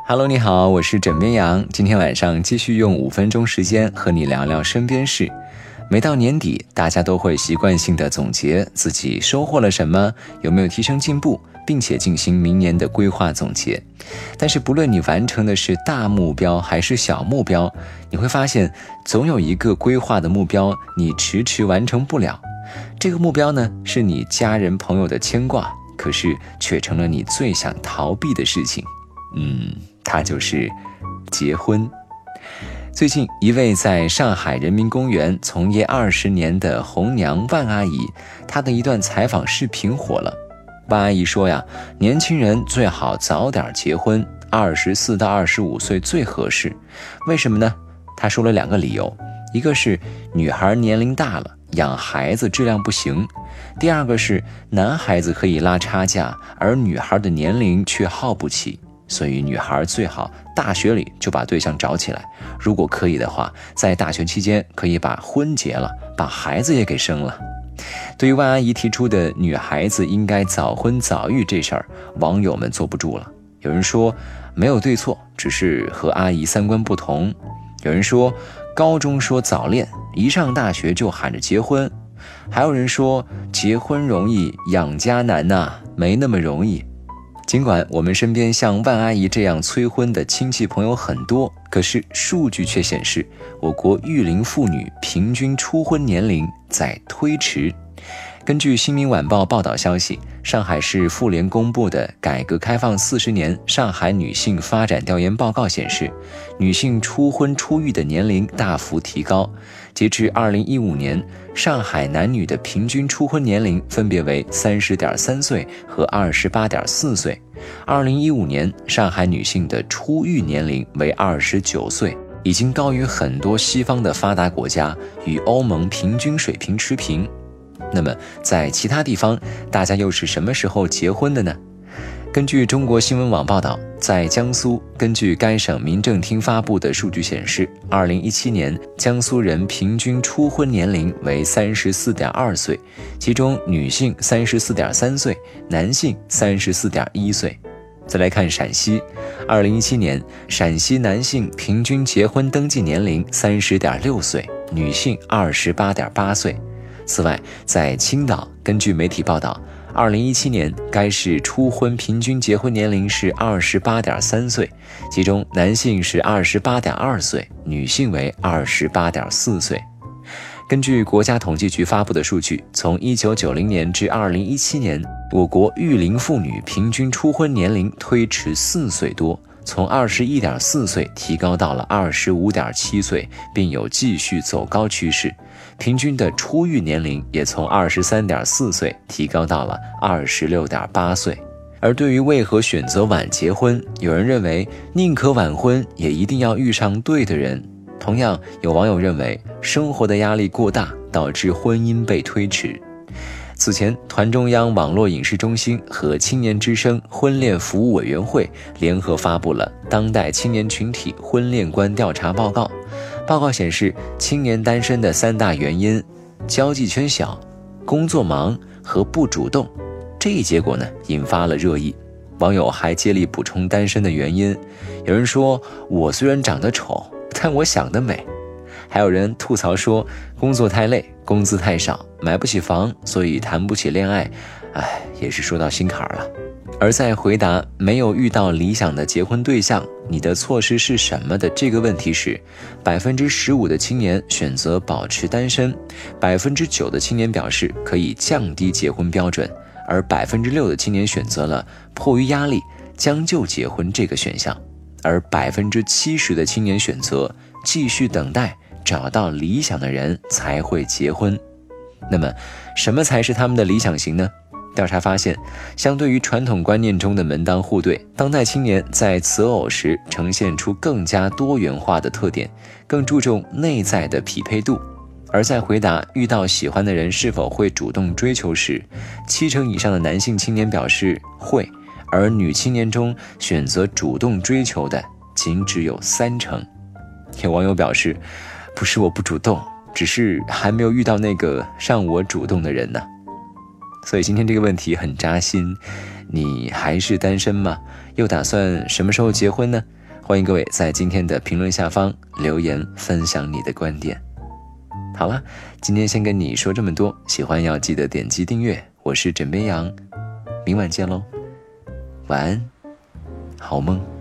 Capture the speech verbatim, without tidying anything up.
Hello， 你好，我是枕边羊。今天晚上继续用五分钟时间和你聊聊身边事。每到年底，大家都会习惯性的总结自己收获了什么，有没有提升进步，并且进行明年的规划总结。但是不论你完成的是大目标还是小目标，你会发现总有一个规划的目标你迟迟完成不了。这个目标呢，是你家人朋友的牵挂，可是却成了你最想逃避的事情。嗯，它就是结婚。最近，一位在上海人民公园从业二十年的红娘万阿姨，她的一段采访视频火了。万阿姨说呀，年轻人最好早点结婚，二十四到二十五岁最合适。为什么呢？她说了两个理由，一个是女孩年龄大了，养孩子质量不行；第二个是男孩子可以拉差价，而女孩的年龄却耗不起。所以女孩最好大学里就把对象找起来，如果可以的话，在大学期间可以把婚结了，把孩子也给生了。对于万阿姨提出的女孩子应该早婚早育这事儿，网友们坐不住了。有人说没有对错，只是和阿姨三观不同。有人说高中说早恋，一上大学就喊着结婚。还有人说结婚容易，养家难呐，没那么容易。尽管我们身边像万阿姨这样催婚的亲戚朋友很多，可是数据却显示，我国育龄妇女平均初婚年龄在推迟。根据新民晚报报道消息，上海市妇联公布的改革开放四十年上海女性发展调研报告显示，女性初婚初育的年龄大幅提高。截至二零一五年，上海男女的平均初婚年龄分别为 三十点三岁和 二十八点四岁。二零一五年，上海女性的初育年龄为二十九岁，已经高于很多西方的发达国家，与欧盟平均水平持平。那么在其他地方，大家又是什么时候结婚的呢？根据中国新闻网报道，在江苏，根据该省民政厅发布的数据显示，二零一七年江苏人平均初婚年龄为 三十四点二岁，其中女性 三十四点三岁，男性 三十四点一岁。再来看陕西，二零一七年陕西男性平均结婚登记年龄 三十点六岁，女性 二十八点八岁。此外，在青岛，根据媒体报道，二零一七年该市初婚平均结婚年龄是 二十八点三岁，其中男性是 二十八点二岁，女性为 二十八点四岁。根据国家统计局发布的数据，从一九九零年至二零一七年，我国育龄妇女平均初婚年龄推迟四岁多，从 二十一点四岁提高到了 二十五点七岁，并有继续走高趋势。平均的初育年龄也从 二十三点四岁提高到了 二十六点八岁。而对于为何选择晚结婚，有人认为宁可晚婚也一定要遇上对的人。同样，有网友认为生活的压力过大，导致婚姻被推迟。此前，团中央网络影视中心和青年之声婚恋服务委员会联合发布了当代青年群体婚恋观调查报告。报告显示，青年单身的三大原因：交际圈小、工作忙和不主动。这一结果呢，引发了热议。网友还接力补充单身的原因，有人说，我虽然长得丑，但我想得美。还有人吐槽说，工作太累，工资太少，买不起房，所以谈不起恋爱。唉，也是说到心坎儿了。而在回答没有遇到理想的结婚对象，你的措施是什么的这个问题时， 百分之十五 的青年选择保持单身， 百分之九 的青年表示可以降低结婚标准，而 百分之六 的青年选择了迫于压力将就结婚这个选项，而 百分之七十 的青年选择继续等待，找到理想的人才会结婚。那么什么才是他们的理想型呢？调查发现，相对于传统观念中的门当户对，当代青年在择偶时呈现出更加多元化的特点，更注重内在的匹配度。而在回答遇到喜欢的人是否会主动追求时，七成以上的男性青年表示会，而女青年中选择主动追求的仅只有三成。有网友表示，不是我不主动，只是还没有遇到那个让我主动的人呢。所以今天这个问题很扎心，你还是单身吗？又打算什么时候结婚呢？ 欢迎各位在今天的评论下方留言分享你的观点。好了，今天先跟你说这么多，喜欢要记得点击订阅。我是枕边羊，明晚见喽，晚安，好梦。